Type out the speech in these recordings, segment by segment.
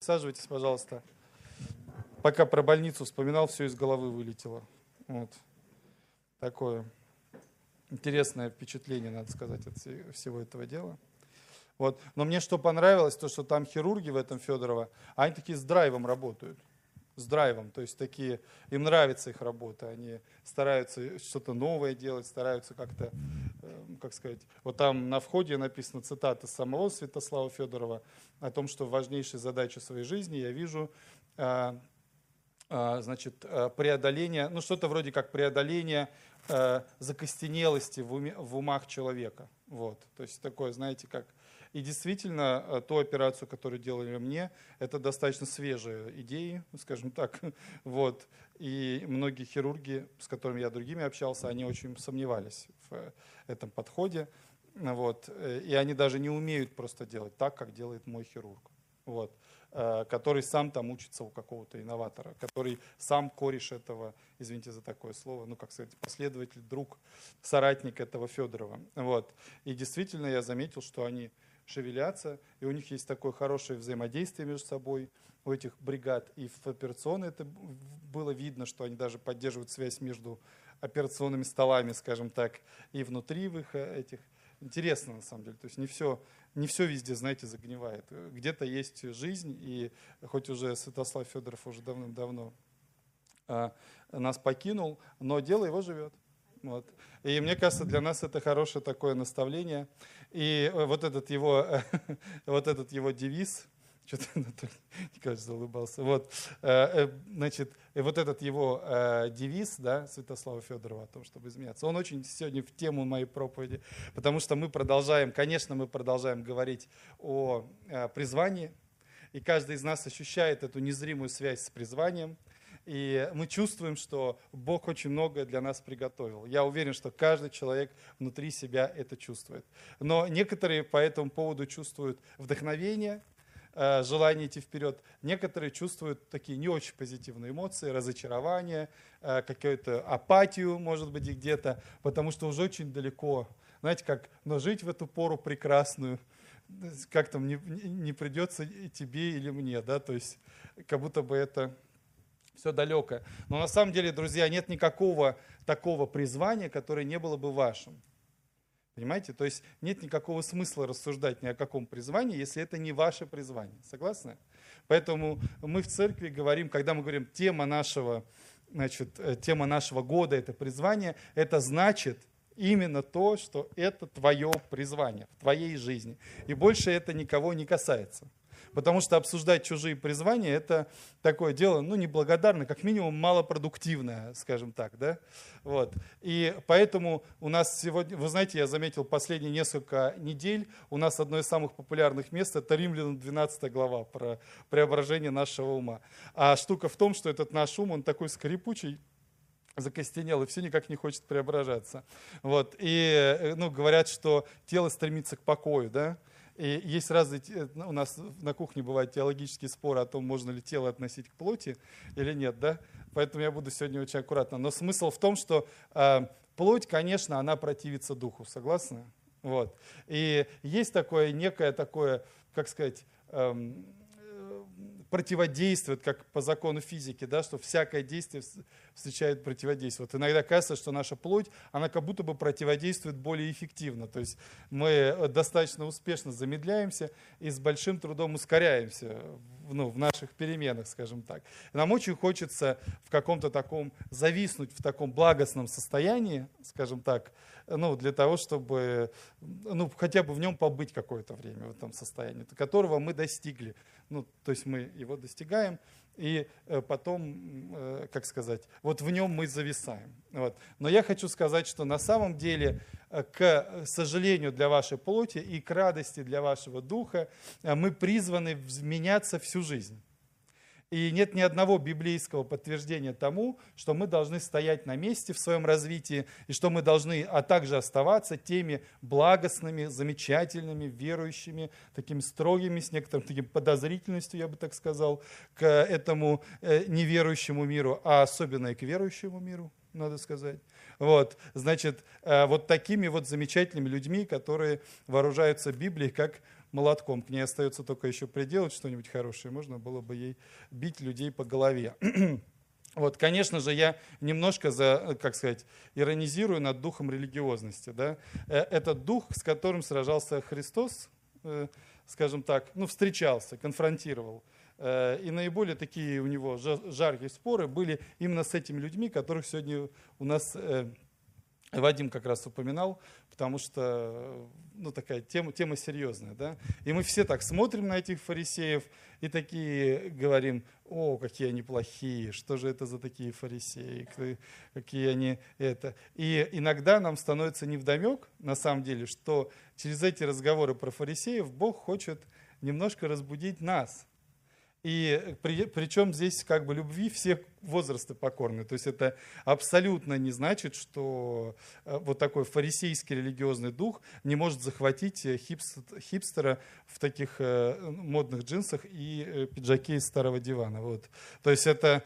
Присаживайтесь, пожалуйста. Пока про больницу вспоминал, все из головы вылетело. Вот. Такое интересное впечатление, надо сказать, от всего этого дела. Вот. Но мне что понравилось, то что там хирурги в этом Федорово, они такие с драйвом работают. С драйвом, то есть такие, им нравится их работа, они стараются что-то новое делать, стараются как-то, как сказать, вот там на входе написана цитата самого Святослава Федорова о том, что важнейшей задачей своей жизни я вижу, значит, преодоление, ну что-то вроде как преодоление закостенелости в умах человека, вот, то есть такое, знаете, как. И действительно, ту операцию, которую делали мне, это достаточно свежие идеи, скажем так. Вот. И многие хирурги, с которыми я другими общался, они очень сомневались в этом подходе. Вот. И они даже не умеют просто делать так, как делает мой хирург. Вот. Который сам там учится у какого-то инноватора, который сам кореш этого, извините за такое слово, ну, как сказать, последователь, друг, соратник этого Федорова. Вот. И действительно я заметил, что они шевелятся, и у них есть такое хорошее взаимодействие между собой, у этих бригад. И в операционной это было видно, что они даже поддерживают связь между операционными столами, скажем так, и внутри в их этих. Интересно, на самом деле. То есть не все везде, знаете, загнивает. Где-то есть жизнь, и хоть уже Святослав Федоров уже давным-давно нас покинул, но дело его живет. Вот. И мне кажется, для нас это хорошее такое наставление. И вот этот его девиз, что-то Анатолий Николаевич заулыбался, вот, значит, вот этот его девиз, да, Святослава Федорова о том, чтобы изменяться, он очень сегодня в тему моей проповеди, потому что мы продолжаем говорить о призвании, и каждый из нас ощущает эту незримую связь с призванием. И мы чувствуем, что Бог очень многое для нас приготовил. Я уверен, что каждый человек внутри себя это чувствует. Но некоторые по этому поводу чувствуют вдохновение, желание идти вперед. Некоторые чувствуют такие не очень позитивные эмоции, разочарование, какую-то апатию, может быть, где-то, потому что уже очень далеко. Знаете, как, но жить в эту пору прекрасную, как там, не придется тебе или мне, да, то есть как будто бы это все далеко. Но на самом деле, друзья, нет никакого такого призвания, которое не было бы вашим. Понимаете? То есть нет никакого смысла рассуждать ни о каком призвании, если это не ваше призвание. Согласны? Поэтому мы в церкви говорим, когда мы говорим, тема нашего года – это призвание, это значит именно то, что это твое призвание в твоей жизни. И больше это никого не касается. Потому что обсуждать чужие призвания – это такое дело, ну, неблагодарное, как минимум малопродуктивное, скажем так, да? Вот. И поэтому у нас сегодня, вы знаете, я заметил последние несколько недель, у нас одно из самых популярных мест – это Римлянам 12 глава про преображение нашего ума. А штука в том, что этот наш ум, он такой скрипучий, закостенел, и все никак не хочет преображаться. Вот. И говорят, что тело стремится к покою, да? И есть разные, у нас на кухне бывают теологические споры о том, можно ли тело относить к плоти или нет, да? Поэтому я буду сегодня очень аккуратно. Но смысл в том, что плоть, конечно, она противится духу, согласны? Вот. И есть такое некое такое, как сказать, противодействует, как по закону физики, да, что всякое действие встречает противодействие. Вот иногда кажется, что наша плоть, она как будто бы противодействует более эффективно. То есть мы достаточно успешно замедляемся и с большим трудом ускоряемся в наших переменах, скажем так. Нам очень хочется в каком-то таком зависнуть в таком благостном состоянии, скажем так, для того, чтобы хотя бы в нем побыть какое-то время, в этом состоянии, которого мы достигли. То есть мы его достигаем, и потом, как сказать, вот в нем мы зависаем. Вот. Но я хочу сказать, что на самом деле, к сожалению для вашей плоти и к радости для вашего духа, мы призваны меняться всю жизнь. И нет ни одного библейского подтверждения тому, что мы должны стоять на месте в своем развитии, и что мы должны, а также оставаться теми благостными, замечательными, верующими, такими строгими, с некоторым таким подозрительностью, я бы так сказал, к этому неверующему миру, а особенно и к верующему миру, надо сказать. Вот, значит, вот такими вот замечательными людьми, которые вооружаются Библией, как молотком. К ней остается только еще приделать что-нибудь хорошее, можно было бы ей бить людей по голове. Вот, конечно же, я немножко, иронизирую над духом религиозности. Да? Этот дух, с которым сражался Христос, скажем так, встречался, конфронтировал. И наиболее такие у него жаркие споры были именно с этими людьми, которых сегодня у нас Вадим как раз упоминал, потому что такая тема серьезная. Да? И мы все так смотрим на этих фарисеев и такие говорим: о, какие они плохие, что же это за такие фарисеи, какие они это. И иногда нам становится невдомек, на самом деле, что через эти разговоры про фарисеев Бог хочет немножко разбудить нас. И причем здесь как бы любви всех возраста покорны. То есть это абсолютно не значит, что вот такой фарисейский религиозный дух не может захватить хипстера в таких модных джинсах и пиджаке из старого дивана. Вот. То есть это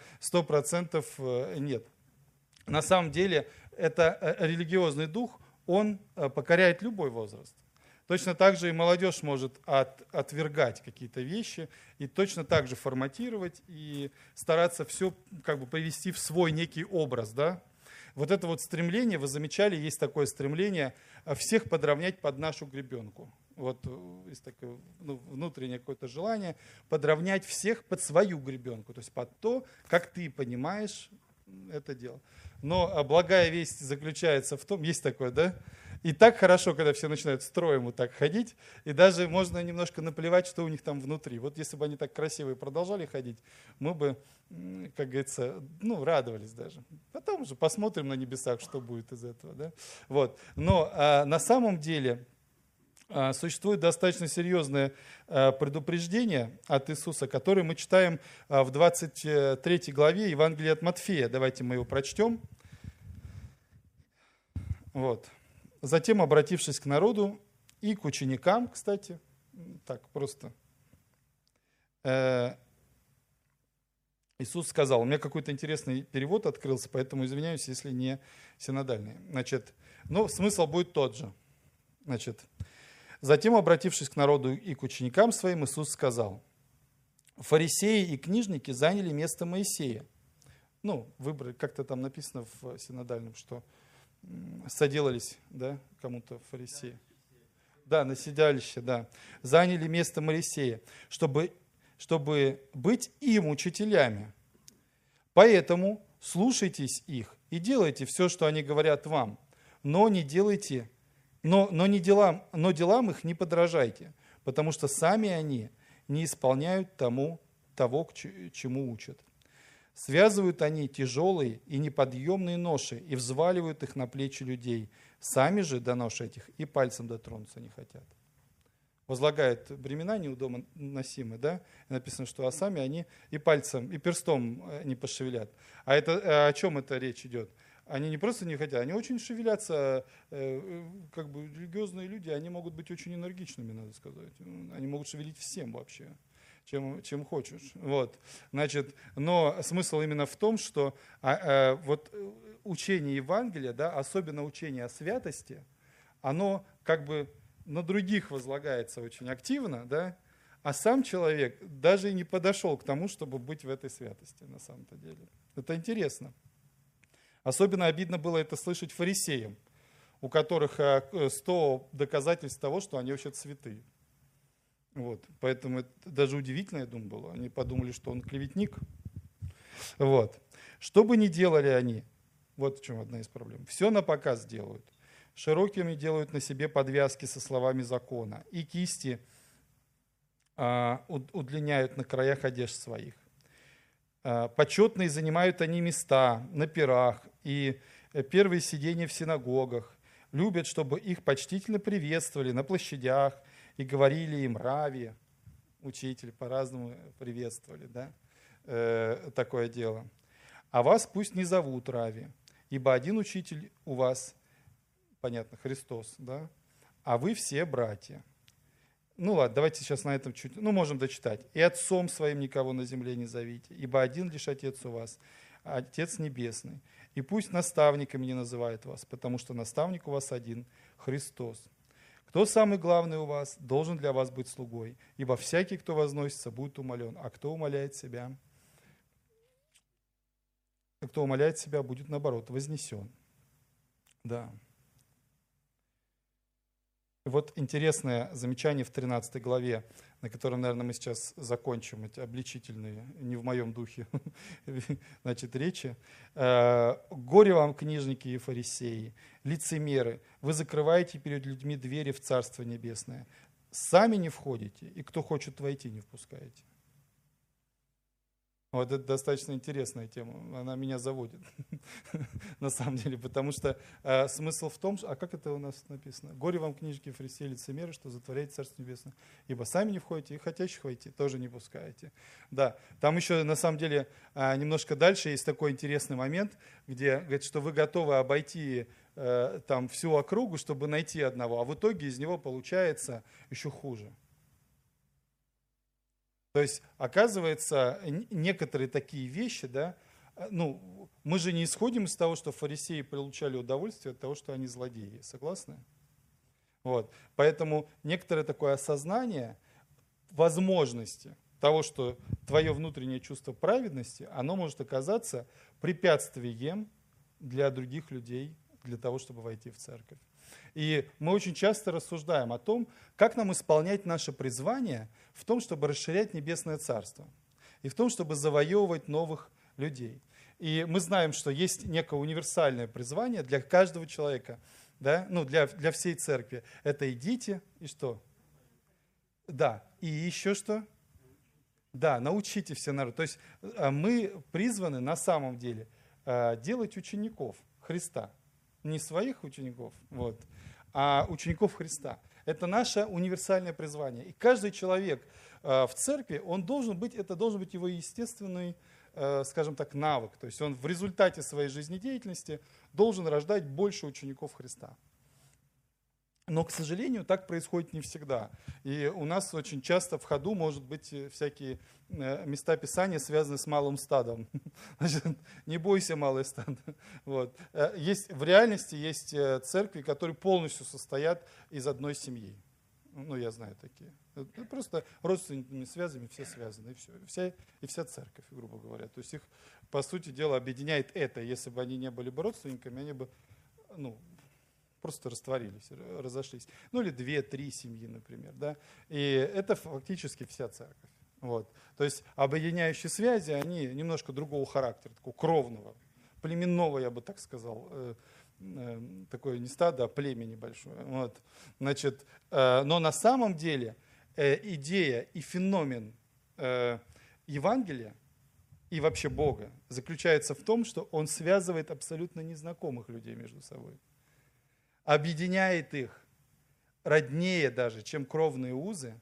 100% нет. На самом деле это религиозный дух, он покоряет любой возраст. Точно так же и молодежь может отвергать какие-то вещи и точно так же форматировать и стараться все как бы привести в свой некий образ. Да? Вот это вот стремление, вы замечали, есть такое стремление всех подровнять под нашу гребенку. Вот есть такое внутреннее какое-то желание подровнять всех под свою гребенку, то есть под то, как ты понимаешь это дело. Но благая весть заключается в том, есть такое, да? И так хорошо, когда все начинают строем вот так ходить, и даже можно немножко наплевать, что у них там внутри. Вот если бы они так красиво и продолжали ходить, мы бы, как говорится, радовались даже. Потом уже посмотрим на небесах, что будет из этого. Да? Вот. Но на самом деле существует достаточно серьезное предупреждение от Иисуса, которое мы читаем в 23 главе Евангелия от Матфея. Давайте мы его прочтем. Вот. Затем, обратившись к народу и к ученикам, кстати, так просто, Иисус сказал, у меня какой-то интересный перевод открылся, поэтому извиняюсь, если не синодальный. Но смысл будет тот же. Затем, обратившись к народу и к ученикам своим, Иисус сказал, фарисеи и книжники заняли место Моисея. Выбрали, как-то там написано в синодальном, что соделались, да, кому-то фарисеи. Да, на седалище, да. Заняли место Моисея, чтобы быть им учителями. Поэтому слушайтесь их и делайте все, что они говорят вам, но делам их не подражайте, потому что сами они не исполняют того, чему учат. Связывают они тяжелые и неподъемные ноши и взваливают их на плечи людей. Сами же до нож этих и пальцем дотронуться не хотят. Возлагают бремена неудобно носимые, да? И написано, что сами они и пальцем, и перстом не пошевелят. А это о чем это речь идет? Они не просто не хотят, они очень шевелятся, как бы религиозные люди, они могут быть очень энергичными, надо сказать. Они могут шевелить всем вообще. Чем хочешь. Вот. Но смысл именно в том, что вот учение Евангелия, да, особенно учение о святости, оно как бы на других возлагается очень активно, да, а сам человек даже и не подошел к тому, чтобы быть в этой святости на самом-то деле. Это интересно. Особенно обидно было это слышать фарисеям, у которых 100 доказательств того, что они вообще святые. Вот. Поэтому это даже удивительно, я думаю, было. Они подумали, что он клеветник. Вот. Что бы ни делали они, вот в чем одна из проблем, все на показ делают. Широкими делают на себе подвязки со словами закона, и кисти удлиняют на краях одежд своих. Почетные занимают они места на пирах и первые сидения в синагогах. Любят, чтобы их почтительно приветствовали на площадях, и говорили им «Рави», учитель, по-разному приветствовали, да? Такое дело. А вас пусть не зовут Рави, ибо один учитель у вас, понятно, Христос, да? А вы все братья. Ладно, давайте сейчас на этом чуть, можем дочитать. «И отцом своим никого на земле не зовите, ибо один лишь Отец у вас, Отец Небесный. И пусть наставниками не называют вас, потому что наставник у вас один, Христос. кто самый главный у вас, должен для вас быть слугой, ибо всякий, кто возносится, будет умолен, а кто умаляет себя, будет, наоборот, вознесен. Да. И вот интересное замечание в 13 главе, на котором, наверное, мы сейчас закончим, эти обличительные, не в моем духе, значит, речи. «Горе вам, книжники и фарисеи, лицемеры, вы закрываете перед людьми двери в Царство Небесное, сами не входите, и кто хочет войти, не впускаете». Вот это достаточно интересная тема, она меня заводит, на самом деле, потому что смысл в том, а как это у нас написано? «Горе вам, книжники, фарисеи, лицемеры, что затворяете Царство Небесное, ибо сами не входите, и хотящих войти тоже не пускаете». Да, там еще на самом деле немножко дальше есть такой интересный момент, где говорит, что вы готовы обойти там всю округу, чтобы найти одного, а в итоге из него получается еще хуже. То есть, оказывается, некоторые такие вещи, да, ну, мы же не исходим из того, что фарисеи получали удовольствие от того, что они злодеи. Согласны? Вот. Поэтому некоторое такое осознание возможности того, что твое внутреннее чувство праведности, оно может оказаться препятствием для других людей, для того, чтобы войти в церковь. И мы очень часто рассуждаем о том, как нам исполнять наше призвание в том, чтобы расширять Небесное Царство, и в том, чтобы завоевывать новых людей. И мы знаем, что есть некое универсальное призвание для каждого человека, да? Ну, для всей церкви. Это идите, и что? Да, и еще что? Да, научите все народы. То есть мы призваны на самом деле делать учеников Христа. Не своих учеников, вот, а учеников Христа. Это наше универсальное призвание. И каждый человек в церкви, это должен быть его естественный, скажем так, навык. То есть он в результате своей жизнедеятельности должен рождать больше учеников Христа. Но, к сожалению, так происходит не всегда. И у нас очень часто в ходу может быть всякие места Писания, связанные с малым стадом. Значит, не бойся, малое стадо. Вот. В реальности есть церкви, которые полностью состоят из одной семьи. Ну, я знаю такие. Просто родственниками связаны, все связаны, и все. И вся церковь, грубо говоря. То есть их, по сути дела, объединяет это. Если бы они не были бы родственниками, они бы, просто растворились, разошлись. Ну или 2-3 семьи, например. Да? И это фактически вся церковь. Вот. То есть объединяющие связи, они немножко другого характера, такого кровного, племенного, я бы так сказал. Такое не стадо, а племя небольшое. Вот. Значит, но на самом деле идея и феномен Евангелия и вообще Бога заключается в том, что Он связывает абсолютно незнакомых людей между собой. Объединяет их роднее даже, чем кровные узы,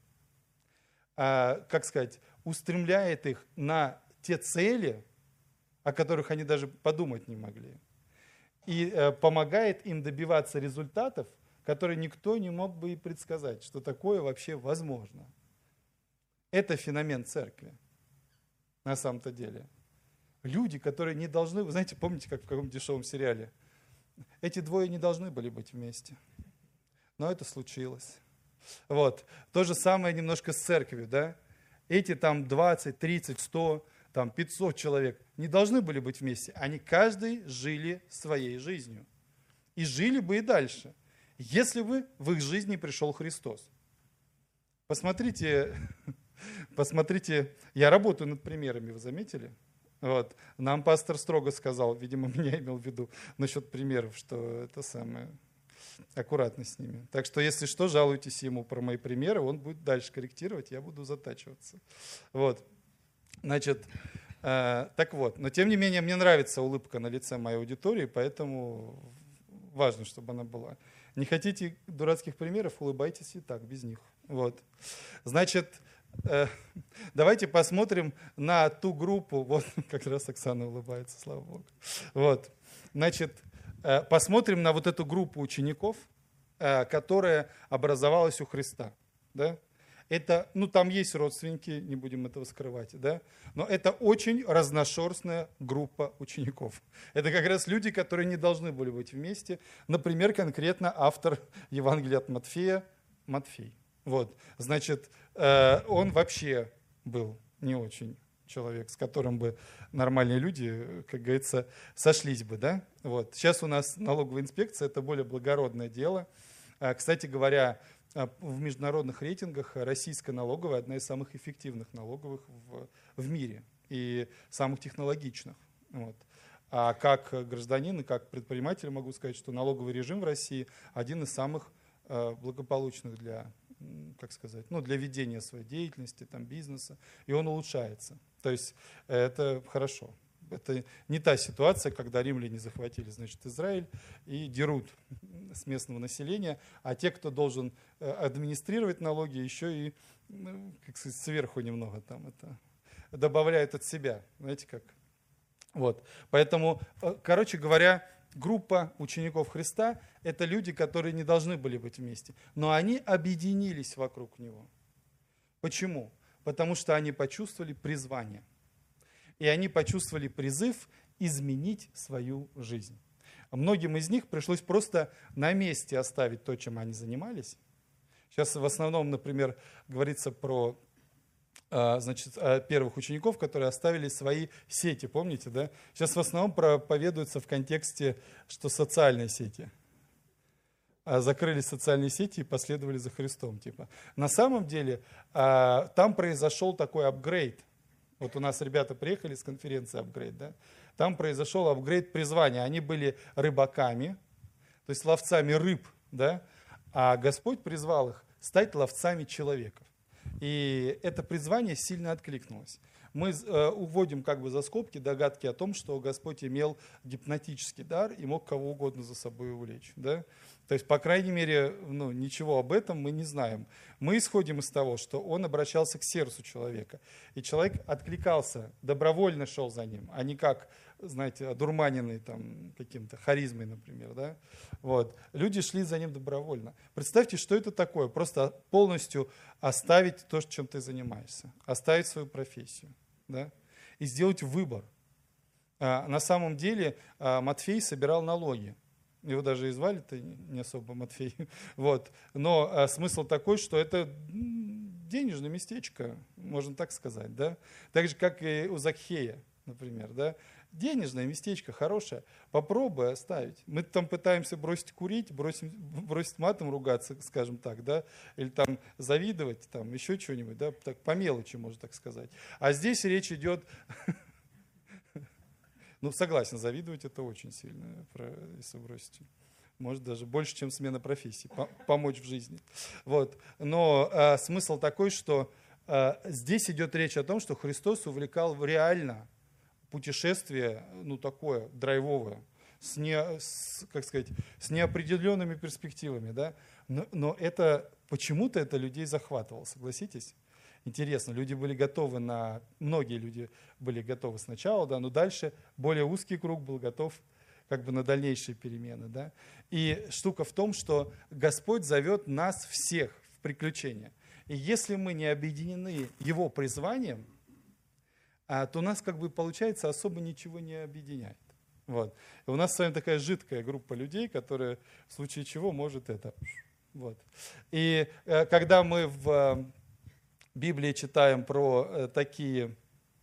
устремляет их на те цели, о которых они даже подумать не могли, и помогает им добиваться результатов, которые никто не мог бы и предсказать, что такое вообще возможно. Это феномен церкви, на самом-то деле. Люди, которые не должны, вы знаете, помните, как в каком дешевом сериале, эти двое не должны были быть вместе. Но это случилось. Вот. То же самое немножко с церковью, да? Эти там 20, 30, 100, там 500 человек не должны были быть вместе. Они каждый жили своей жизнью. И жили бы и дальше, если бы в их жизни пришел Христос. Посмотрите, я работаю над примерами, вы заметили? Вот. Нам пастор строго сказал, видимо, меня имел в виду насчет примеров, что это самое, аккуратно с ними. Так что, если что, жалуйтесь ему про мои примеры, он будет дальше корректировать, я буду затачиваться. Вот. Значит, так вот. Но, тем не менее, мне нравится улыбка на лице моей аудитории, поэтому важно, чтобы она была. Не хотите дурацких примеров, улыбайтесь и так, без них. Вот. Значит, давайте посмотрим на ту группу. Вот, как раз Оксана улыбается, слава Богу. Вот. Значит, посмотрим на вот эту группу учеников, которая образовалась у Христа. Да? Это, там есть родственники, не будем этого скрывать, да? Но это очень разношерстная группа учеников. Это как раз люди, которые не должны были быть вместе. Например, конкретно автор Евангелия от Матфея, Матфей. Вот, значит, он вообще был не очень человек, с которым бы нормальные люди, как говорится, сошлись бы, да? Вот. Сейчас у нас налоговая инспекция, это более благородное дело. Кстати говоря, в международных рейтингах российская налоговая одна из самых эффективных налоговых в мире и самых технологичных. Вот. А как гражданин и как предприниматель могу сказать, что налоговый режим в России один из самых благополучных для, как сказать, ну, для ведения своей деятельности, там, бизнеса, и он улучшается. То есть это хорошо. Это не та ситуация, когда римляне захватили, значит, Израиль и дерут с местного населения, а те, кто должен администрировать налоги, еще и, как сказать, сверху немного там это добавляют от себя. Знаете как? Вот. Поэтому, короче говоря, группа учеников Христа – это люди, которые не должны были быть вместе, но они объединились вокруг Него. Почему? Потому что они почувствовали призвание. И они почувствовали призыв изменить свою жизнь. Многим из них пришлось просто на месте оставить то, чем они занимались. Сейчас в основном, например, говорится про значит, первых учеников, которые оставили свои сети, помните, да? Сейчас в основном проповедуется в контексте, что социальные сети. Закрыли социальные сети и последовали за Христом. Типа. На самом деле там произошел такой апгрейд. Вот у нас ребята приехали с конференции апгрейд, да? Там произошел апгрейд призвания. Они были рыбаками, то есть ловцами рыб, да? А Господь призвал их стать ловцами человеков. И это призвание сильно откликнулось. Мы уводим как бы за скобки догадки о том, что Господь имел гипнотический дар и мог кого угодно за собой увлечь. Да? То есть, по крайней мере, ничего об этом мы не знаем. Мы исходим из того, что он обращался к сердцу человека. И человек откликался, добровольно шел за ним, а не как, знаете, одурманенный там, каким-то харизмой, например. Да? Вот. Люди шли за ним добровольно. Представьте, что это такое. Просто полностью оставить то, чем ты занимаешься. Оставить свою профессию. Да? И сделать выбор. На самом деле Матфей собирал налоги. Его даже и звали-то не особо Матфей. Вот. Но смысл такой, что это денежное местечко, можно так сказать. Да? Так же, как и у Закхея, например. Да? Денежное местечко хорошее. Попробуй оставить. Мы там пытаемся бросить курить, бросить матом ругаться, скажем так, да? Или там завидовать, там еще что-нибудь, да? Так, по мелочи, можно так сказать. А здесь речь идет... Ну, согласен, завидовать это очень сильно, если бросить. Может, даже больше, чем смена профессии, помочь в жизни. Вот. Но смысл такой, что здесь идет речь о том, что Христос увлекал реально путешествие, такое, драйвовое, с неопределенными перспективами. Да? Но это почему-то это людей захватывало, согласитесь? Интересно, многие люди были готовы сначала, да, но дальше более узкий круг был готов как бы на дальнейшие перемены. Да? И штука в том, что Господь зовет нас всех в приключения. И если мы не объединены Его призванием, то нас, как бы, получается, особо ничего не объединяет. Вот. И у нас с вами такая жидкая группа людей, которая в случае чего может это. Вот. И когда мы в Библии читаем про такие...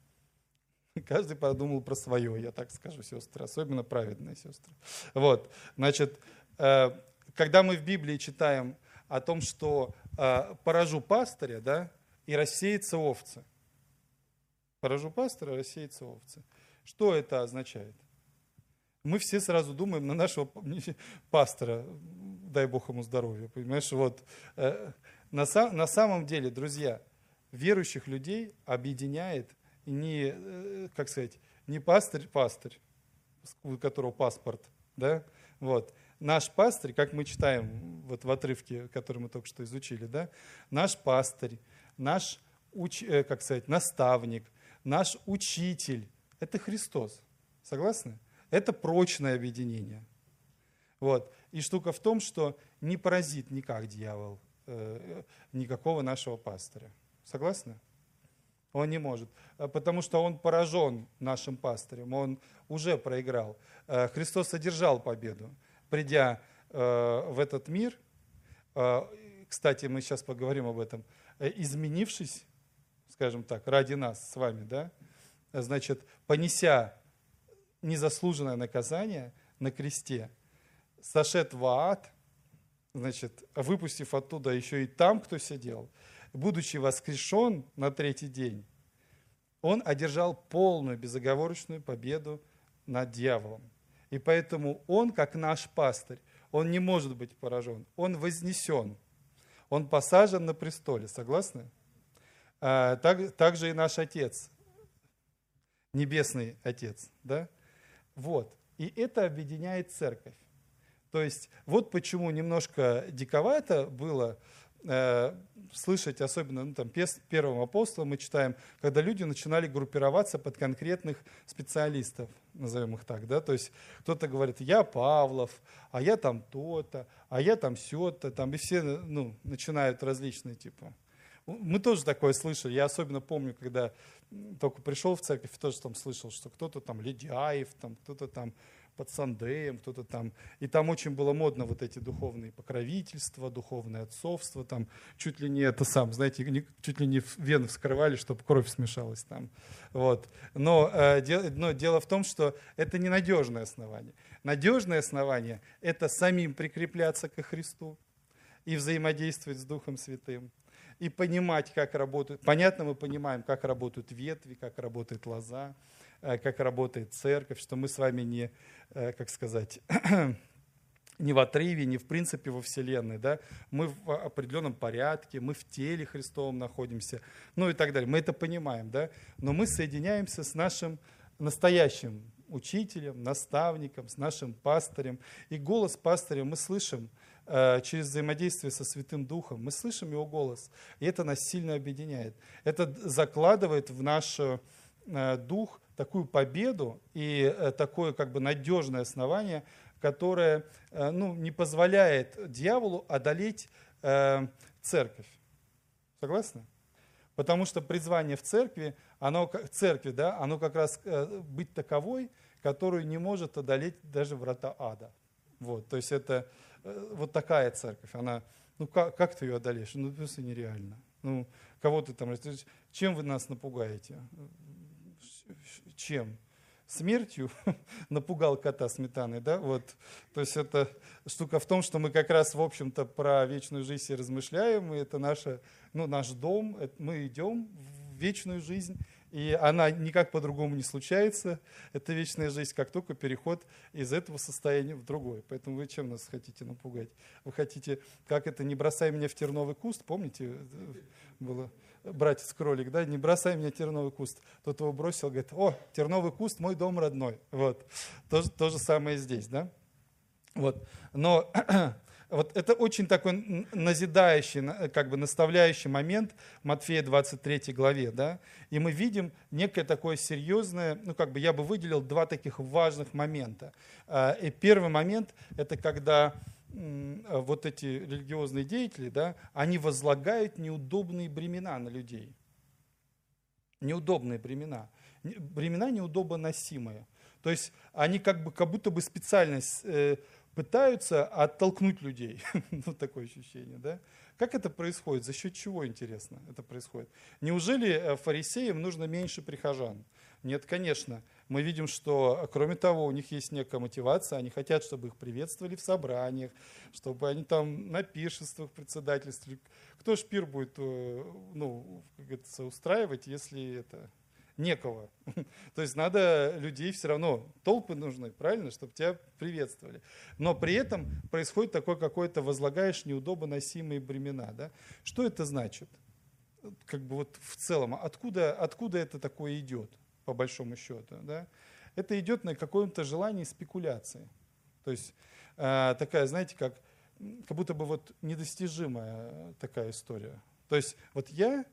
Каждый подумал про свое, я так скажу, сестры, особенно праведные сестры. Вот. Значит, когда мы в Библии читаем о том, что поражу пастыря, да, и рассеются овцы. Поражу пастыря, рассеются овцы. Что это означает? Мы все сразу думаем на нашего пастора, дай Бог ему здоровья, понимаешь? Вот. На самом деле, друзья, верующих людей объединяет не пастырь, у которого паспорт, да? Вот. Наш пастырь, как мы читаем вот в отрывке, который мы только что изучили, да? Наш пастырь, наш наставник, наш учитель – это Христос. Согласны? Это прочное объединение. Вот. И штука в том, что не поразит никак дьявол никакого нашего пастыря. Согласны? Он не может, потому что он поражен нашим пастырем, он уже проиграл. Христос одержал победу, придя в этот мир, кстати, мы сейчас поговорим об этом, изменившись, скажем так, ради нас с вами, да, значит, понеся незаслуженное наказание на кресте, сошед в ад, значит, выпустив оттуда еще и там, кто сидел, будучи воскрешен на третий день, он одержал полную безоговорочную победу над дьяволом. И поэтому он, как наш пастырь, он не может быть поражен, он вознесен, он посажен на престоле, согласны? Также и наш Отец, Небесный Отец, да? Вот. И это объединяет церковь. То есть вот почему немножко диковато было слышать, особенно первым апостолам мы читаем, когда люди начинали группироваться под конкретных специалистов, назовем их так, да, то есть кто-то говорит, я Павлов, а я там то-то, а я там сё-то, там, и все начинают различные типа. Мы тоже такое слышали, я особенно помню, когда только пришел в церковь, тоже там слышал, что кто-то там Ледяев, там, кто-то там под Сандеем, кто-то там. И там очень было модно вот эти духовные покровительства, духовное отцовство, там чуть ли не это сам, знаете, чуть ли не вены вскрывали, чтобы кровь смешалась там. Вот. Но дело в том, что это ненадежное основание. Надежное основание – это самим прикрепляться ко Христу и взаимодействовать с Духом Святым. И понимать, как работают. Понятно, мы понимаем, как работают ветви, как работает лоза, как работает церковь, что мы с вами не, как сказать, не в отрыве, не в принципе во Вселенной. Да? Мы в определенном порядке, мы в теле Христовом находимся, ну и так далее. Мы это понимаем, да? Но мы соединяемся с нашим настоящим учителем, наставником, с нашим пастырем. И голос пастыря мы слышим через взаимодействие со Святым Духом. Мы слышим его голос, и это нас сильно объединяет. Это закладывает в наш дух такую победу и такое как бы надежное основание, которое не позволяет дьяволу одолеть церковь. Согласны? Потому что призвание в церкви, оно как раз быть таковой, которую не может одолеть даже врата ада. Вот, то есть это вот такая церковь, она, как ты ее одолеешь? Просто нереально. Кого ты там, чем вы нас напугаете? Чем? Смертью напугал кота сметаной, да? Вот. То есть это штука в том, что мы как раз, в общем-то, про вечную жизнь и размышляем, и это наш дом, мы идем в вечную жизнь, и она никак по-другому не случается, эта вечная жизнь, как только переход из этого состояния в другое. Поэтому вы чем нас хотите напугать? Вы хотите, как это, не бросай меня в терновый куст, помните, было братец-кролик, да, не бросай меня в терновый куст. Тот его бросил, говорит, о, терновый куст, мой дом родной. Вот, то же самое здесь, да. Вот, но вот это очень такой назидающий, как бы наставляющий момент в Матфея 23 главе, да, и мы видим некое такое серьезное, я бы выделил два таких важных момента. И первый момент – это когда вот эти религиозные деятели, да, они возлагают неудобные бремена на людей. Неудобные бремена. Бремена неудобно носимые. То есть они как будто бы специально пытаются оттолкнуть людей. Такое ощущение, да? Как это происходит? За счет чего, интересно, это происходит? Неужели фарисеям нужно меньше прихожан? Нет, конечно. Мы видим, что, кроме того, у них есть некая мотивация. Они хотят, чтобы их приветствовали в собраниях, чтобы они там на пиршествах председательствовали. Кто ж пир будет, устраивать, если это некого? То есть надо людей все равно, толпы нужны, правильно, чтобы тебя приветствовали. Но при этом происходит такое какое-то, возлагаешь неудобоносимые бремена. Да? Что это значит? Как бы вот в целом, откуда это такое идет? По большому счету, да, это идет на каком-то желании спекуляции. То есть такая, знаете, как будто бы вот недостижимая такая история. То есть вот я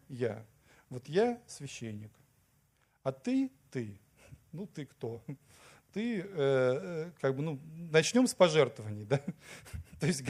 священник, а ты, ты кто? Ты, начнем с пожертвований, да? То есть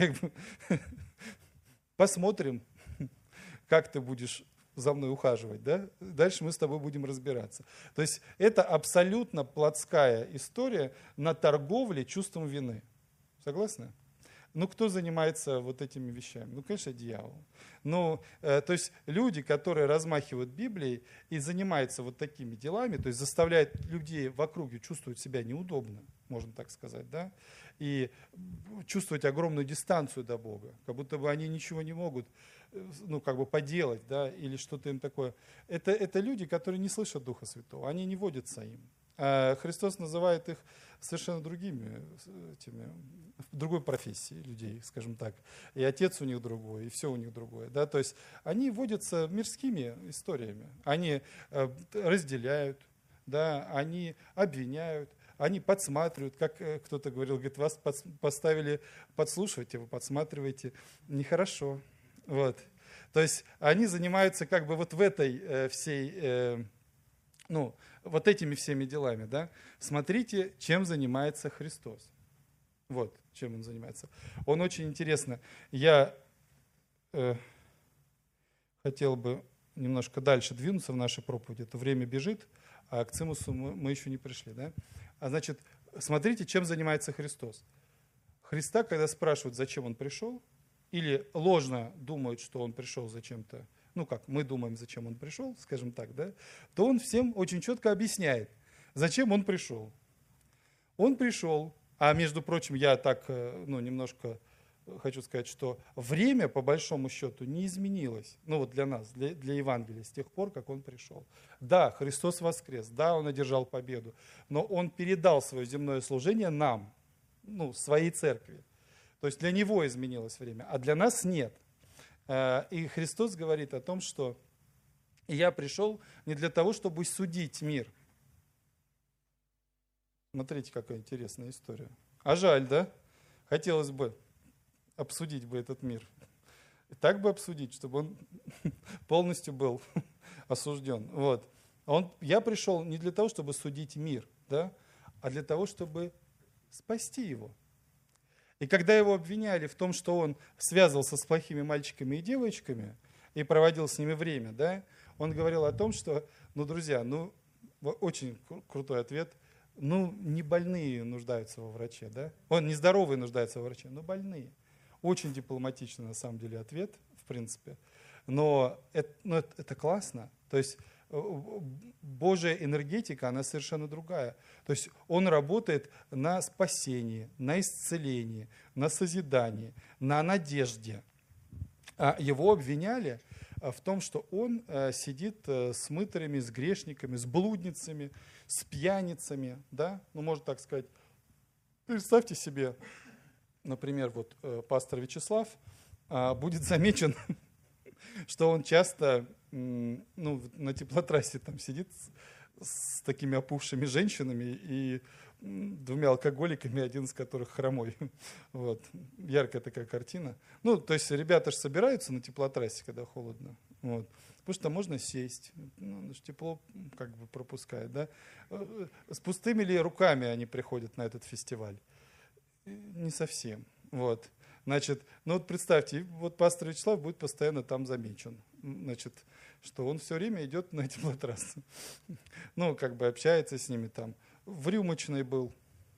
посмотрим, как ты будешь за мной ухаживать, да? Дальше мы с тобой будем разбираться. То есть это абсолютно плотская история на торговле чувством вины. Согласны? Ну, кто занимается вот этими вещами? Ну, конечно, дьявол. Ну, то есть люди, которые размахивают Библией и занимаются вот такими делами, то есть заставляют людей в округе чувствовать себя неудобно, можно так сказать, да, и чувствовать огромную дистанцию до Бога, как будто бы они ничего не могут, ну, как бы поделать, да, или что-то им такое. Это люди, которые не слышат Духа Святого, они не водятся им. А Христос называет их совершенно другими, другой профессией людей, скажем так. И отец у них другой, и все у них другое. Да? То есть они водятся мирскими историями. Они разделяют, да? Они обвиняют, они подсматривают, как кто-то говорил, говорит, вас поставили подслушивать, вы подсматриваете, нехорошо. Вот. То есть они занимаются как бы вот в этой всей, ну, вот этими всеми делами, да. Смотрите, чем занимается Христос. Вот, чем он занимается. Он очень интересно. Я хотел бы немножко дальше двинуться в нашей проповеди. Это время бежит, а к цимусу мы еще не пришли, да. А значит, смотрите, чем занимается Христос. Христа, когда спрашивают, зачем он пришел, или ложно думают, что он пришел зачем-то, ну как, мы думаем, зачем он пришел, скажем так, да, то он всем очень четко объясняет, зачем он пришел. Он пришел, а между прочим, я так, ну, немножко хочу сказать, что время, по большому счету, не изменилось, ну вот для нас, для Евангелия, с тех пор, как он пришел. Да, Христос воскрес, да, он одержал победу, но он передал свое земное служение нам, ну, своей церкви. То есть для него изменилось время, а для нас нет. И Христос говорит о том, что я пришел не для того, чтобы судить мир. Смотрите, какая интересная история. А жаль, да? Хотелось бы обсудить бы этот мир. И так бы обсудить, чтобы он полностью был осужден. Вот. Я пришел не для того, чтобы судить мир, да, а для того, чтобы спасти его. И когда его обвиняли в том, что он связывался с плохими мальчиками и девочками и проводил с ними время, да, он говорил о том, что, ну, друзья, ну, очень крутой ответ, ну, не больные нуждаются во враче, да, не здоровые нуждаются во враче, но больные. Очень дипломатичный, на самом деле, ответ, в принципе, но это классно, то есть Божья энергетика, она совершенно другая. То есть он работает на спасении, на исцелении, на созидании, на надежде. Его обвиняли в том, что он сидит с мытарями, с грешниками, с блудницами, с пьяницами. Да? Ну, можно так сказать. Представьте себе, например, вот пастор Вячеслав будет замечен, что он часто, ну, на теплотрассе там сидит с такими опухшими женщинами и двумя алкоголиками, один из которых хромой. Вот. Яркая такая картина. Ну, то есть ребята же собираются на теплотрассе, когда холодно. Вот. Потому что можно сесть. Ну, тепло как бы пропускает. Да? С пустыми ли руками они приходят на этот фестиваль? Не совсем. Вот. Значит, ну вот представьте, вот пастор Вячеслав будет постоянно там замечен. Значит, что он все время идет на теплотрассы. Ну, как бы общается с ними там. В рюмочной был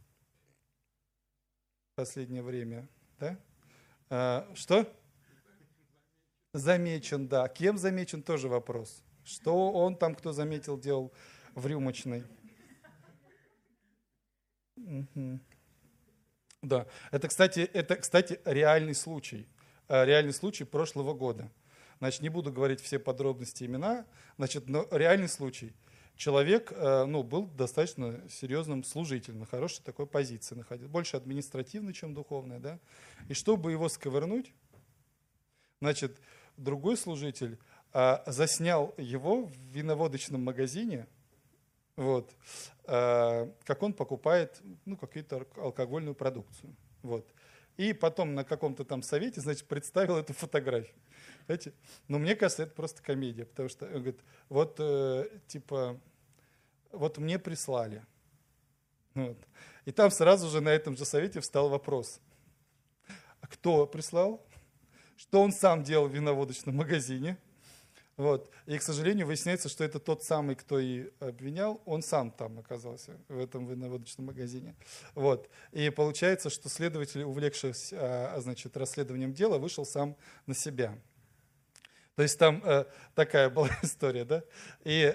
в последнее время. Да? Что? Замечен, да. Кем замечен, тоже вопрос. Что он там, кто заметил, делал в рюмочной? Угу. Да, это, кстати, реальный случай прошлого года. Значит, не буду говорить все подробности, имена, значит, но реальный случай. Человек, ну, был достаточно серьезным служителем, на хорошей такой позиции находился, больше административной, чем духовной, да. И чтобы его сковырнуть, значит, другой служитель заснял его в виноводочном магазине, вот, как он покупает, ну, какую-то алкогольную продукцию. Вот. И потом на каком-то там совете, значит, представил эту фотографию. Знаете? Но мне кажется, это просто комедия, потому что он говорит, вот, типа, вот мне прислали. Вот. И там сразу же на этом же совете встал вопрос. А кто прислал? Что он сам делал в виноводочном магазине? Вот. И, к сожалению, выясняется, что это тот самый, кто и обвинял, он сам там оказался, в этом виноводочном магазине. Вот. И получается, что следователь, увлекшись значит, расследованием дела, вышел сам на себя. То есть там такая была история, да? И,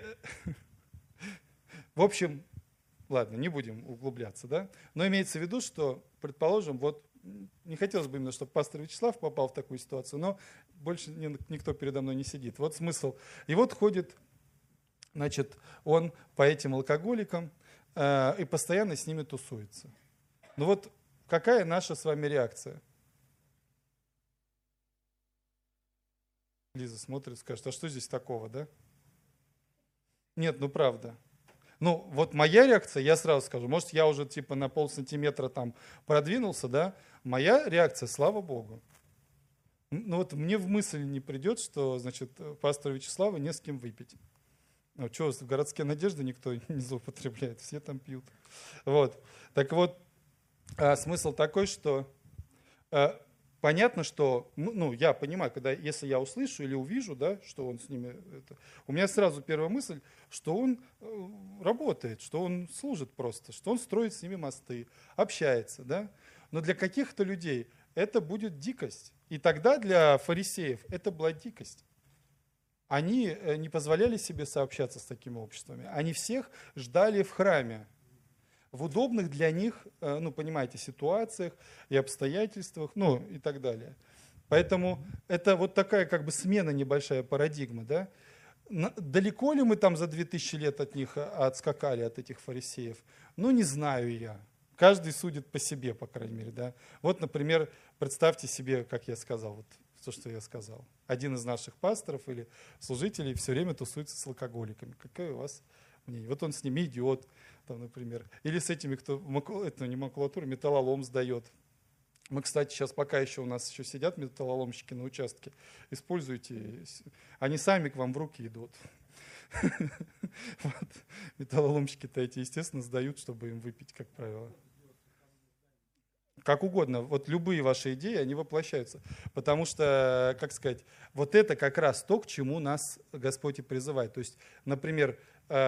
в общем, ладно, не будем углубляться, да? Но имеется в виду, что, предположим, вот не хотелось бы именно, чтобы пастор Вячеслав попал в такую ситуацию, но больше никто передо мной не сидит. Вот смысл. И вот ходит, значит, он по этим алкоголикам и постоянно с ними тусуется. Ну вот какая наша с вами реакция? Лиза смотрит, скажет, а что здесь такого, да? Нет, ну правда. Ну, вот моя реакция, я сразу скажу, может, я уже типа на полсантиметра там продвинулся, да? Моя реакция, слава Богу. Ну вот мне в мысль не придет, что, значит, пастору Вячеславу не с кем выпить. Ну, что, в городские надежды никто не злоупотребляет, все там пьют. Вот. Так вот, смысл такой, что понятно, что, ну, я понимаю, когда, если я услышу или увижу, да, что он с ними, у меня сразу первая мысль, что он работает, что он служит просто, что он строит с ними мосты, общается, да. Но для каких-то людей это будет дикость. И тогда для фарисеев это была дикость. Они не позволяли себе сообщаться с такими обществами. Они всех ждали в храме, в удобных для них, ну, понимаете, ситуациях и обстоятельствах, ну, и так далее. Поэтому это вот такая как бы смена небольшая парадигмы, да. Далеко ли мы там за 2000 лет от них отскакали, от этих фарисеев? Ну, не знаю я. Каждый судит по себе, по крайней мере, да. Вот, например, представьте себе, как я сказал, вот то, что я сказал. Один из наших пасторов или служителей все время тусуется с алкоголиками. Какое у вас мнение? Вот он с ними идет, там, например. Или с этими, кто, это не макулатура, металлолом сдает. Мы, кстати, сейчас пока еще у нас еще сидят металлоломщики на участке. Используйте. Они сами к вам в руки идут. Металлоломщики-то эти, естественно, сдают, чтобы им выпить, как правило. Как угодно, вот любые ваши идеи, они воплощаются. Потому что, как сказать, вот это как раз то, к чему нас Господь и призывает. То есть, например,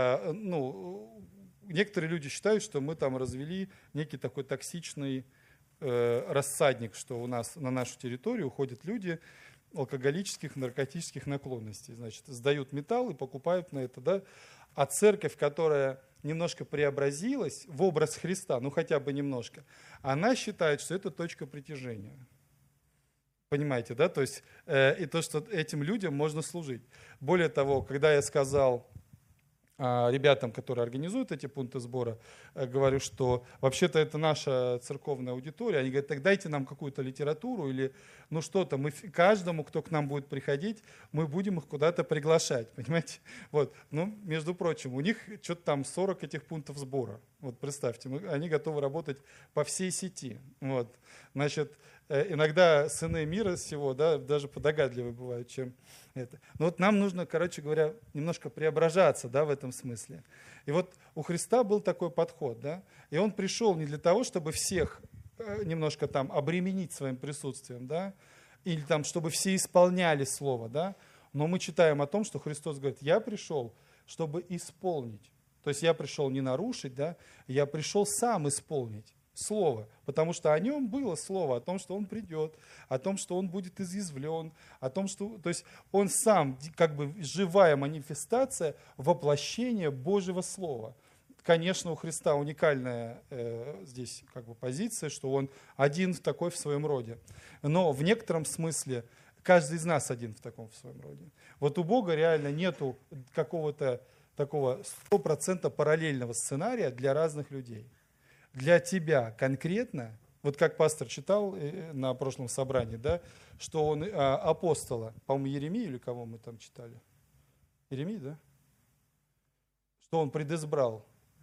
ну, некоторые люди считают, что мы там развели некий такой токсичный рассадник, что у нас на нашу территорию уходят люди алкоголических, наркотических наклонностей. Значит, сдают металл и покупают на это, да. А церковь, которая немножко преобразилась в образ Христа, ну хотя бы немножко, она считает, что это точка притяжения. Понимаете, да? То есть и то, что этим людям можно служить. Более того, когда я сказал ребятам, которые организуют эти пункты сбора, говорю, что вообще-то это наша церковная аудитория. Они говорят, так дайте нам какую-то литературу или ну что-то. Мы каждому, кто к нам будет приходить, мы будем их куда-то приглашать, понимаете? Вот. Ну, между прочим, у них что-то там 40 этих пунктов сбора. Вот представьте, они готовы работать по всей сети. Вот. Значит, иногда сыны мира сего, да, даже подогадливые бывают, чем это. Но вот нам нужно, короче говоря, немножко преображаться, да, в этом смысле. И вот у Христа был такой подход, да, и он пришел не для того, чтобы всех немножко там обременить своим присутствием, да, или там, чтобы все исполняли слово, да, но мы читаем о том, что Христос говорит, я пришел, чтобы исполнить. То есть я пришел не нарушить, да, я пришел сам исполнить слово, потому что о нем было слово, о том, что он придет, о том, что он будет изъязвлен, о том, что, то есть он сам как бы живая манифестация воплощения Божьего слова. Конечно, у Христа уникальная здесь как бы позиция, что он один такой в своем роде, но в некотором смысле каждый из нас один в таком в своем роде. Вот у Бога реально нету какого-то такого 100% параллельного сценария для разных людей. Для тебя конкретно, вот как пастор читал на прошлом собрании, да, что он апостола, по-моему, Иеремию или кого мы там читали? Иеремию, да? Что он предизбрал.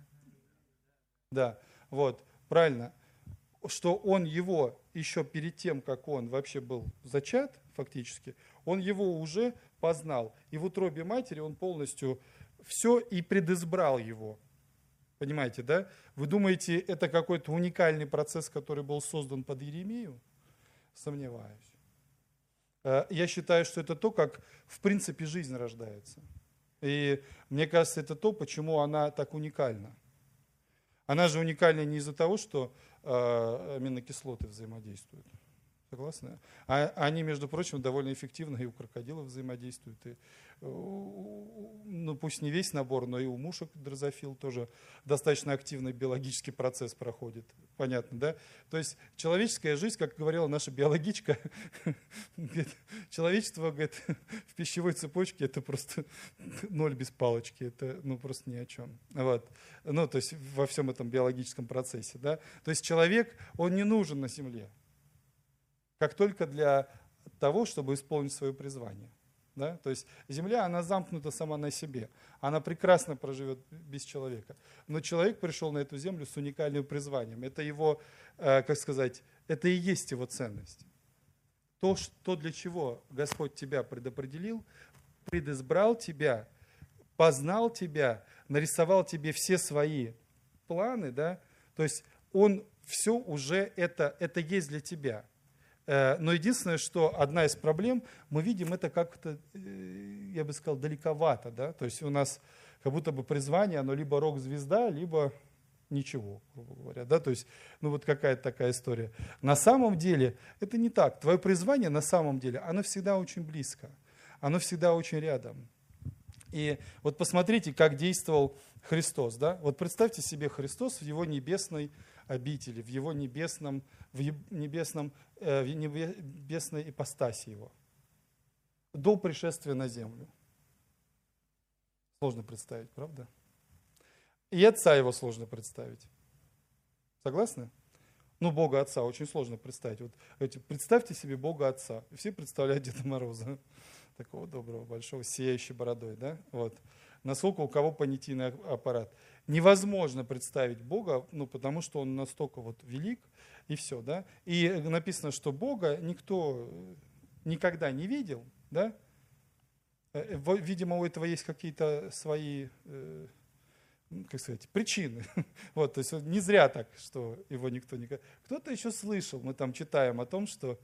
Да, вот, правильно. Что он его еще перед тем, как он вообще был зачат, фактически, он его уже познал. И в утробе матери он полностью все и предизбрал его. Понимаете, да? Вы думаете, это какой-то уникальный процесс, который был создан под Иеремию? Сомневаюсь. Я считаю, что это то, как в принципе жизнь рождается. И мне кажется, это то, почему она так уникальна. Она же уникальна не из-за того, что аминокислоты взаимодействуют. Согласны? А они, между прочим, довольно эффективно и у крокодилов взаимодействуют. И, ну, пусть не весь набор, но и у мушек дрозофил тоже достаточно активный биологический процесс проходит. Понятно, да? То есть человеческая жизнь, как говорила наша биологичка, человечество, говорит, в пищевой цепочке это просто ноль без палочки. Это ну, просто ни о чем. Вот. Ну, то есть во всем этом биологическом процессе. Да? То есть человек, он не нужен на Земле. Как только для того, чтобы исполнить свое призвание. Да? То есть Земля, она замкнута сама на себе. Она прекрасно проживет без человека. Но человек пришел на эту землю с уникальным призванием. Это его, как сказать, это и есть его ценность. То, для чего Господь тебя предопределил, предизбрал тебя, познал тебя, нарисовал тебе все свои планы, да? То есть Он все уже это есть для тебя. Но единственное, что одна из проблем, мы видим это как-то, я бы сказал, далековато. Да? То есть у нас как будто бы призвание, оно либо рок-звезда, либо ничего, грубо говоря. Да? То есть, ну вот какая-то такая история. На самом деле это не так. Твое призвание на самом деле, оно всегда очень близко. Оно всегда очень рядом. И вот посмотрите, как действовал Христос. Да? Вот представьте себе Христос в Его небесной обители, в Его небесной ипостаси Его. До пришествия на землю. Сложно представить, правда? И Отца Его сложно представить. Согласны? Ну, Бога Отца очень сложно представить. Вот, представьте себе Бога Отца. И все представляют Деда Мороза. Такого доброго, большого, с сияющей бородой. Да? Вот. Насколько у кого понятийный аппарат. Невозможно представить Бога, ну, потому что Он настолько вот велик, и все. Да? И написано, что Бога никто никогда не видел. Да? Видимо, у этого есть какие-то свои, как сказать, причины. Вот, то есть не зря так, что Его никто никогда... Кто-то еще слышал, мы там читаем о том, что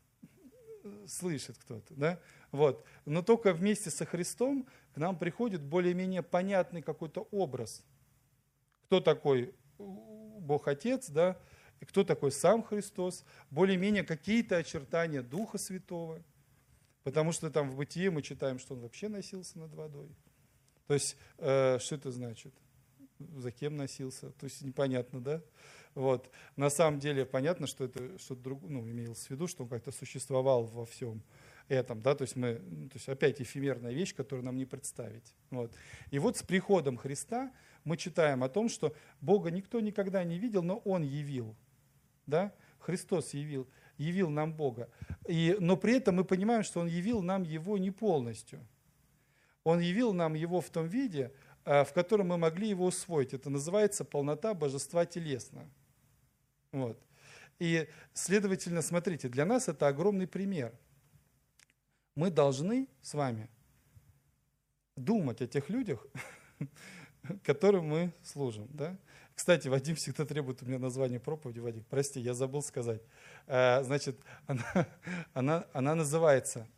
слышит кто-то, да? Вот. Но только вместе со Христом к нам приходит более-менее понятный какой-то образ. Кто такой Бог Отец, да? И кто такой сам Христос, более-менее какие-то очертания Духа Святого. Потому что там в Бытие мы читаем, что Он вообще носился над водой. То есть, что это значит? За кем носился? То есть непонятно, да? Вот. На самом деле понятно, что это что-то другое, ну, имелось в виду, что Он как-то существовал во всем этом, да, то есть опять эфемерная вещь, которую нам не представить. Вот. И вот с приходом Христа мы читаем о том, что Бога никто никогда не видел, но Он явил, да, Христос явил нам Бога. Но при этом мы понимаем, что Он явил нам Его не полностью. Он явил нам Его в том виде, в котором мы могли Его усвоить. Это называется полнота божества телесно. Вот. И, следовательно, смотрите, для нас это огромный пример. Мы должны с вами думать о тех людях, которым мы служим. Да? Кстати, Вадим всегда требует у меня название проповеди. Вадим, прости, я забыл сказать. Значит, она называется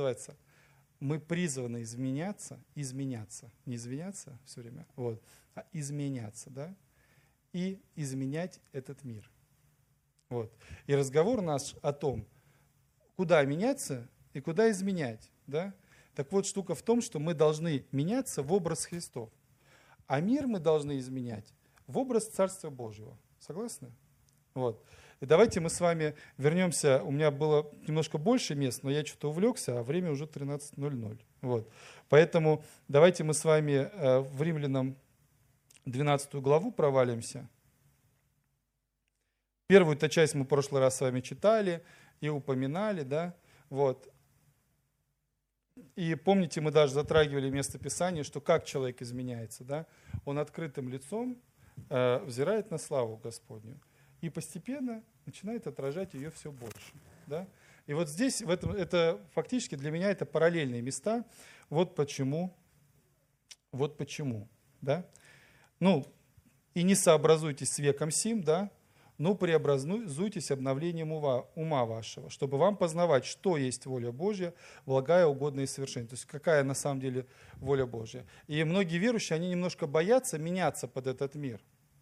«Мы призваны изменяться», не изменяться все время, вот, а изменяться, да, и изменять этот мир. Вот. И разговор наш о том, куда меняться и куда изменять. Да? Так вот, штука в том, что мы должны меняться в образ Христов, а мир мы должны изменять в образ Царства Божьего. Согласны? Вот. И давайте мы с вами вернемся. У меня было немножко больше мест, но я что-то увлекся, а время уже 13:00. Вот. Поэтому давайте мы с вами в Римлянам 12 главу провалимся. Первую-то часть мы в прошлый раз с вами читали и упоминали, да, вот. И помните, мы даже затрагивали место Писания, что как человек изменяется, да, он открытым лицом взирает на славу Господню и постепенно начинает отражать ее все больше, да. И вот здесь, это фактически для меня это параллельные места, вот почему, да. Ну, и не сообразуйтесь с веком сим, да, но преобразуйтесь обновлением ума вашего, чтобы вам познавать, что есть воля Божья, благая, угодная и совершенная». То есть какая на самом деле воля Божья. И многие верующие, они немножко боятся меняться под этот мир.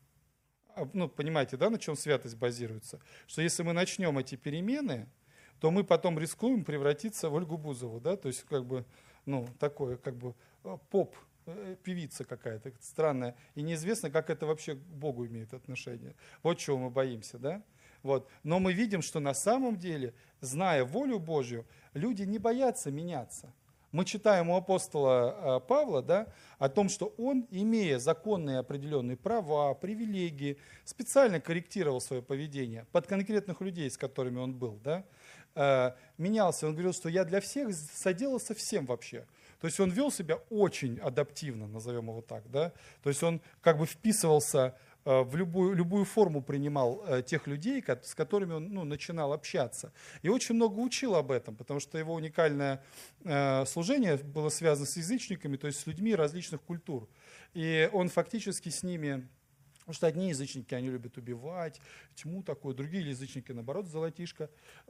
Ну, понимаете, да, на чем святость базируется? Что если мы начнем эти перемены, то мы потом рискуем превратиться в Ольгу Бузову, да, то есть как бы, ну, такое, как бы поп, певица какая-то странная, и неизвестно, как это вообще к Богу имеет отношение. Вот чего мы боимся, да? Вот. Но мы видим, что на самом деле, зная волю Божью, люди не боятся меняться. Мы читаем у апостола Павла, да, о том, что он, имея законные определенные права, привилегии, специально корректировал свое поведение под конкретных людей, с которыми он был, да, менялся. Он говорил, что я для всех соделался всем вообще. То есть он вел себя очень адаптивно, назовем его так, да. То есть он как бы вписывался в любую форму, принимал тех людей, с которыми он начинал общаться. И очень много учил об этом, потому что его уникальное служение было связано с язычниками, то есть с людьми различных культур. И он фактически с ними... Потому что одни язычники, они любят убивать, тьму такую, другие язычники, наоборот, золотишко,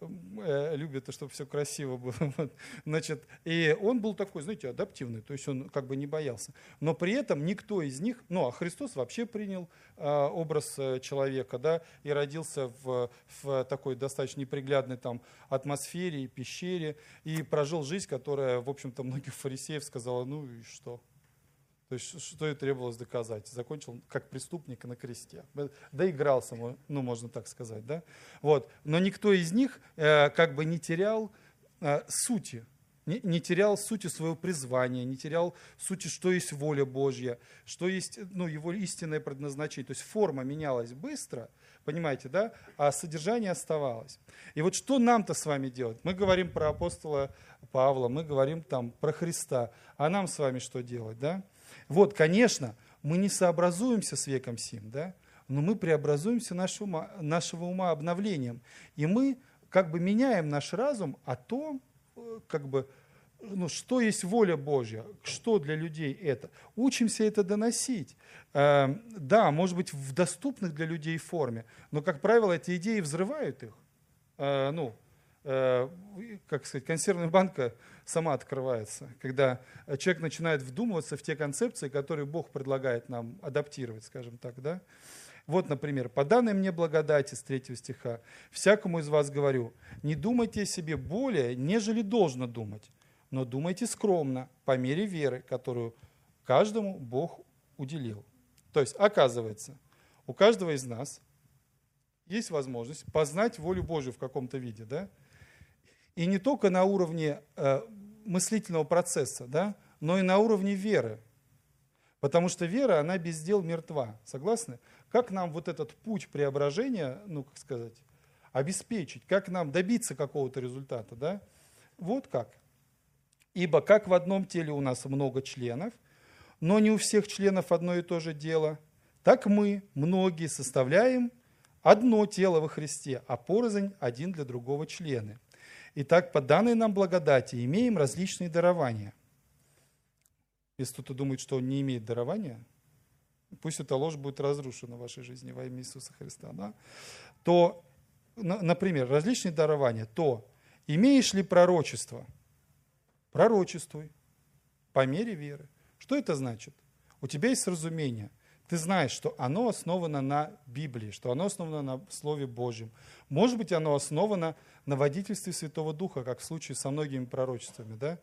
любят, чтобы все красиво было. Значит, и он был такой, знаете, адаптивный, то есть он как бы не боялся. Но при этом никто из них, а Христос вообще принял образ человека, да, и родился в такой достаточно неприглядной там атмосфере и пещере, и прожил жизнь, которая, в общем-то, многих фарисеев сказала, ну и что? То есть, что и требовалось доказать. Закончил как преступник на кресте. Доигрался, можно так сказать. Да? Вот. Но никто из них как бы не терял сути. Не терял сути своего призвания, не терял сути, что есть воля Божья, что есть его истинное предназначение. То есть форма менялась быстро, понимаете, да? А содержание оставалось. И вот что нам-то с вами делать? Мы говорим про апостола Павла, мы говорим там про Христа. А нам с вами что делать, да? Вот, конечно, мы не сообразуемся с веком сим, да? Но мы преобразуемся нашего ума обновлением. И мы как бы меняем наш разум о том, как бы, что есть воля Божья, что для людей это. Учимся это доносить. Да, может быть, в доступных для людей форме, но, как правило, эти идеи взрывают их. Как сказать, консервная банка сама открывается, когда человек начинает вдумываться в те концепции, которые Бог предлагает нам адаптировать, скажем так, да. Вот, например, «По данной мне благодати» с 3 стиха, «всякому из вас говорю, не думайте о себе более, нежели должно думать, но думайте скромно, по мере веры, которую каждому Бог уделил». То есть, оказывается, у каждого из нас есть возможность познать волю Божию в каком-то виде, да? И не только на уровне мыслительного процесса, да, но и на уровне веры. Потому что вера, она без дел мертва. Согласны? Как нам вот этот путь преображения, обеспечить? Как нам добиться какого-то результата? Да? Вот как. «Ибо как в одном теле у нас много членов, но не у всех членов одно и то же дело, так мы, многие, составляем одно тело во Христе, а порознь один для другого члены. Итак, по данной нам благодати имеем различные дарования». Если кто-то думает, что он не имеет дарования, пусть эта ложь будет разрушена в вашей жизни во имя Иисуса Христа. Да? То, например, различные дарования, то имеешь ли пророчество? Пророчествуй по мере веры. Что это значит? У тебя есть разумение. Ты знаешь, что оно основано на Библии, что оно основано на Слове Божьем. Может быть, оно основано на водительстве Святого Духа, как в случае со многими пророчествами. Да?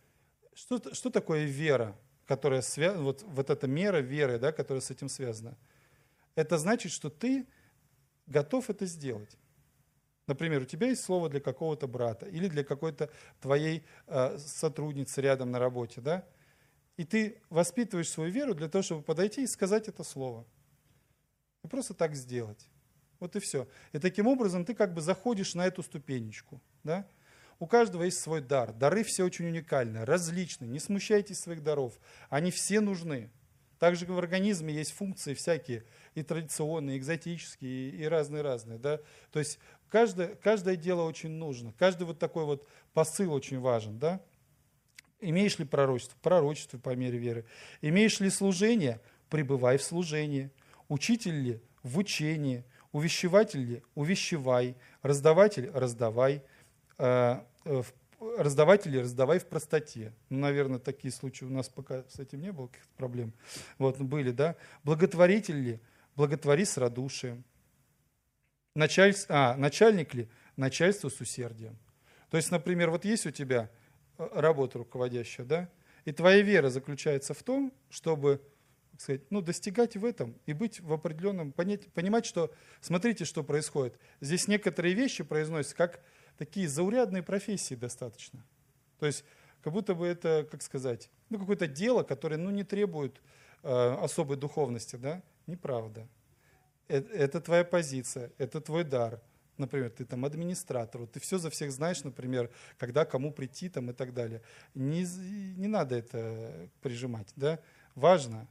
Что такое вера, которая связана, вот эта мера веры, да, которая с этим связана? Это значит, что ты готов это сделать. Например, у тебя есть слово для какого-то брата или для какой-то твоей сотрудницы рядом на работе, да? И ты воспитываешь свою веру для того, чтобы подойти и сказать это слово. И просто так сделать. Вот и все. И таким образом ты как бы заходишь на эту ступенечку. Да? У каждого есть свой дар. Дары все очень уникальны, различны. Не смущайтесь своих даров. Они все нужны. Также в организме есть функции всякие, и традиционные, и экзотические, и разные-разные. Да? То есть каждое дело очень нужно. Каждый вот такой вот посыл очень важен. Да? Имеешь ли пророчество? Пророчество по мере веры. Имеешь ли служение? Пребывай в служении. Учитель ли? В учении. Увещеватель ли? Увещевай. Раздаватель? Раздавай. Раздаватель ли? Раздавай в простоте. Ну, наверное, такие случаи у нас пока с этим не было каких-то проблем. Вот, были, да. Благотворитель ли? Благотвори с радушием. Начальник ли? Начальство с усердием. То есть, например, вот есть у тебя работа руководящая, да, и твоя вера заключается в том, чтобы, так сказать, достигать в этом и быть в определенном, понимать, что, смотрите, что происходит. Здесь некоторые вещи произносятся как такие заурядные профессии достаточно. То есть, как будто бы это, как сказать, какое-то дело, которое, не требует особой духовности, да, неправда. Это твоя позиция, это твой дар. Например, ты там администратор, ты все за всех знаешь, например, когда кому прийти там и так далее. Не надо это прижимать, да? Важно,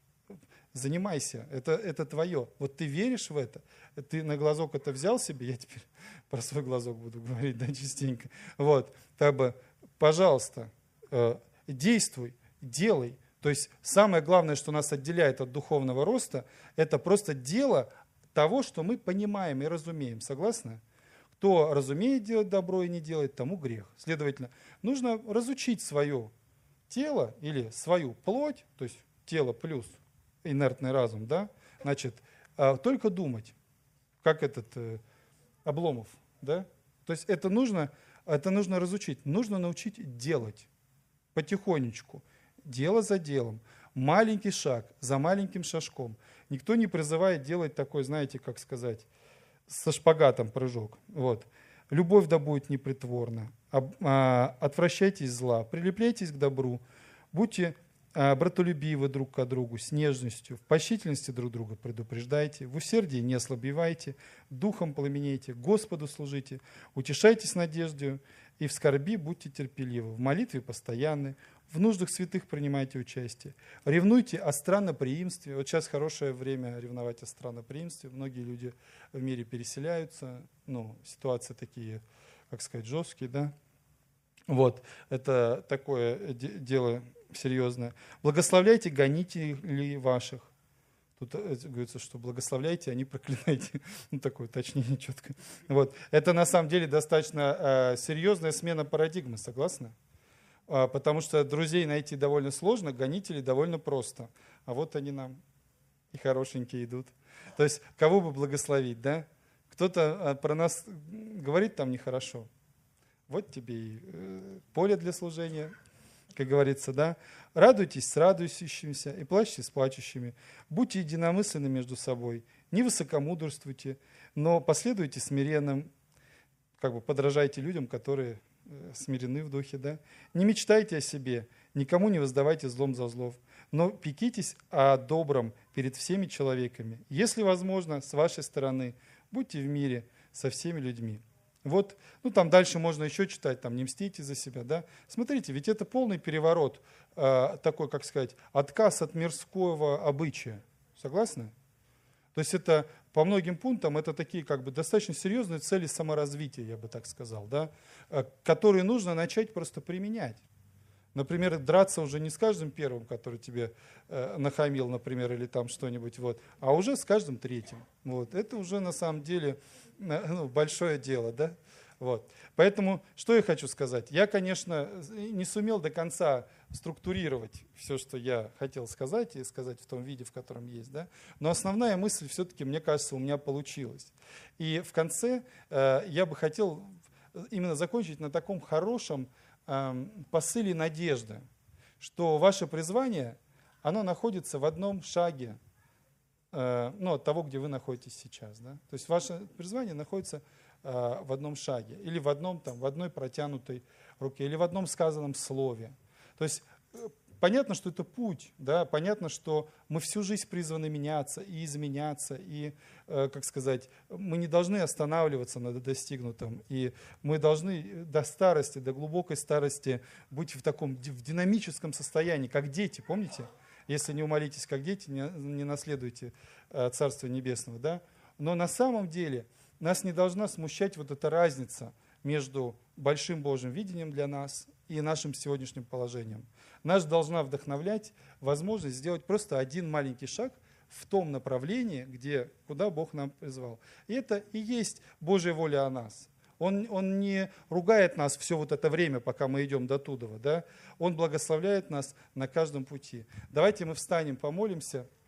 занимайся, это твое. Вот ты веришь в это, ты на глазок это взял себе, я теперь про свой глазок буду говорить, да, частенько. Вот, пожалуйста, действуй, делай. То есть самое главное, что нас отделяет от духовного роста, это просто дело того, что мы понимаем и разумеем. Согласны? Кто разумеет делать добро и не делает, тому грех. Следовательно, нужно разучить свое тело или свою плоть, то есть тело плюс инертный разум, да, значит, только думать, как этот Обломов, да. То есть это нужно разучить, нужно научить делать потихонечку, дело за делом, маленький шаг за маленьким шажком. Никто не призывает делать такой, знаете, как сказать, со шпагатом прыжок. Вот. Любовь да будет непритворна. Отвращайтесь зла, прилепляйтесь к добру, будьте братолюбивы друг к другу, с нежностью, в почтительности друг друга предупреждайте, в усердии не ослабевайте, духом пламенейте, Господу служите, утешайтесь надеждою и в скорби будьте терпеливы, в молитве постоянны, в нуждах святых принимайте участие. Ревнуйте о странноприимстве. Вот сейчас хорошее время ревновать о странноприимстве. Многие люди в мире переселяются. Ситуации такие, как сказать, жесткие, да. Вот, это такое дело серьезное. Благословляйте гонителей ваших. Тут говорится, что благословляйте, а не проклинайте. Такое уточнение четкое. Вот. Это на самом деле достаточно серьезная смена парадигмы, согласны? Потому что друзей найти довольно сложно, гонителей довольно просто. А вот они нам и хорошенькие идут. То есть кого бы благословить, да? Кто-то про нас говорит там нехорошо. Вот тебе и поле для служения, как говорится, да? Радуйтесь с радующимися и плачьте с плачущими. Будьте единомысленны между собой. Не высокомудрствуйте, но последуйте смиренным, подражайте людям, которые смирены в духе, да? Не мечтайте о себе, никому не воздавайте злом за злом, но пекитесь о добром перед всеми человеками. Если возможно, с вашей стороны, будьте в мире со всеми людьми. Вот, там дальше можно еще читать, не мстите за себя, да? Смотрите, ведь это полный переворот, такой, как сказать, отказ от мирского обычая. Согласны? То есть это по многим пунктам это такие достаточно серьезные цели саморазвития, я бы так сказал, да, которые нужно начать просто применять. Например, драться уже не с каждым первым, который тебе нахамил, например, или там что-нибудь, вот, а уже с каждым третьим. Вот. Это уже на самом деле большое дело, да? Вот. Поэтому что я хочу сказать? Я, конечно, не сумел до конца структурировать все, что я хотел сказать, и сказать в том виде, в котором есть, да? Но основная мысль все-таки, мне кажется, у меня получилась. И в конце я бы хотел именно закончить на таком хорошем посыле надежды, что ваше призвание, оно находится в одном шаге от того, где вы находитесь сейчас. Да? То есть ваше призвание находится в одном шаге, или в одной протянутой руке, или в одном сказанном слове. То есть понятно, что это путь, да? Понятно, что мы всю жизнь призваны меняться и изменяться, и, мы не должны останавливаться на достигнутом, и мы должны до старости, до глубокой старости быть в динамическом состоянии, как дети, помните? Если не умолитесь, как дети, не наследуйте Царство Небесного, да? Но на самом деле нас не должна смущать вот эта разница между большим Божьим видением для нас и нашим сегодняшним положением. Нас должна вдохновлять возможность сделать просто один маленький шаг в том направлении, куда Бог нам призвал. И это и есть Божья воля о нас. Он не ругает нас все вот это время, пока мы идем до туда, да? Он благословляет нас на каждом пути. Давайте мы встанем, помолимся.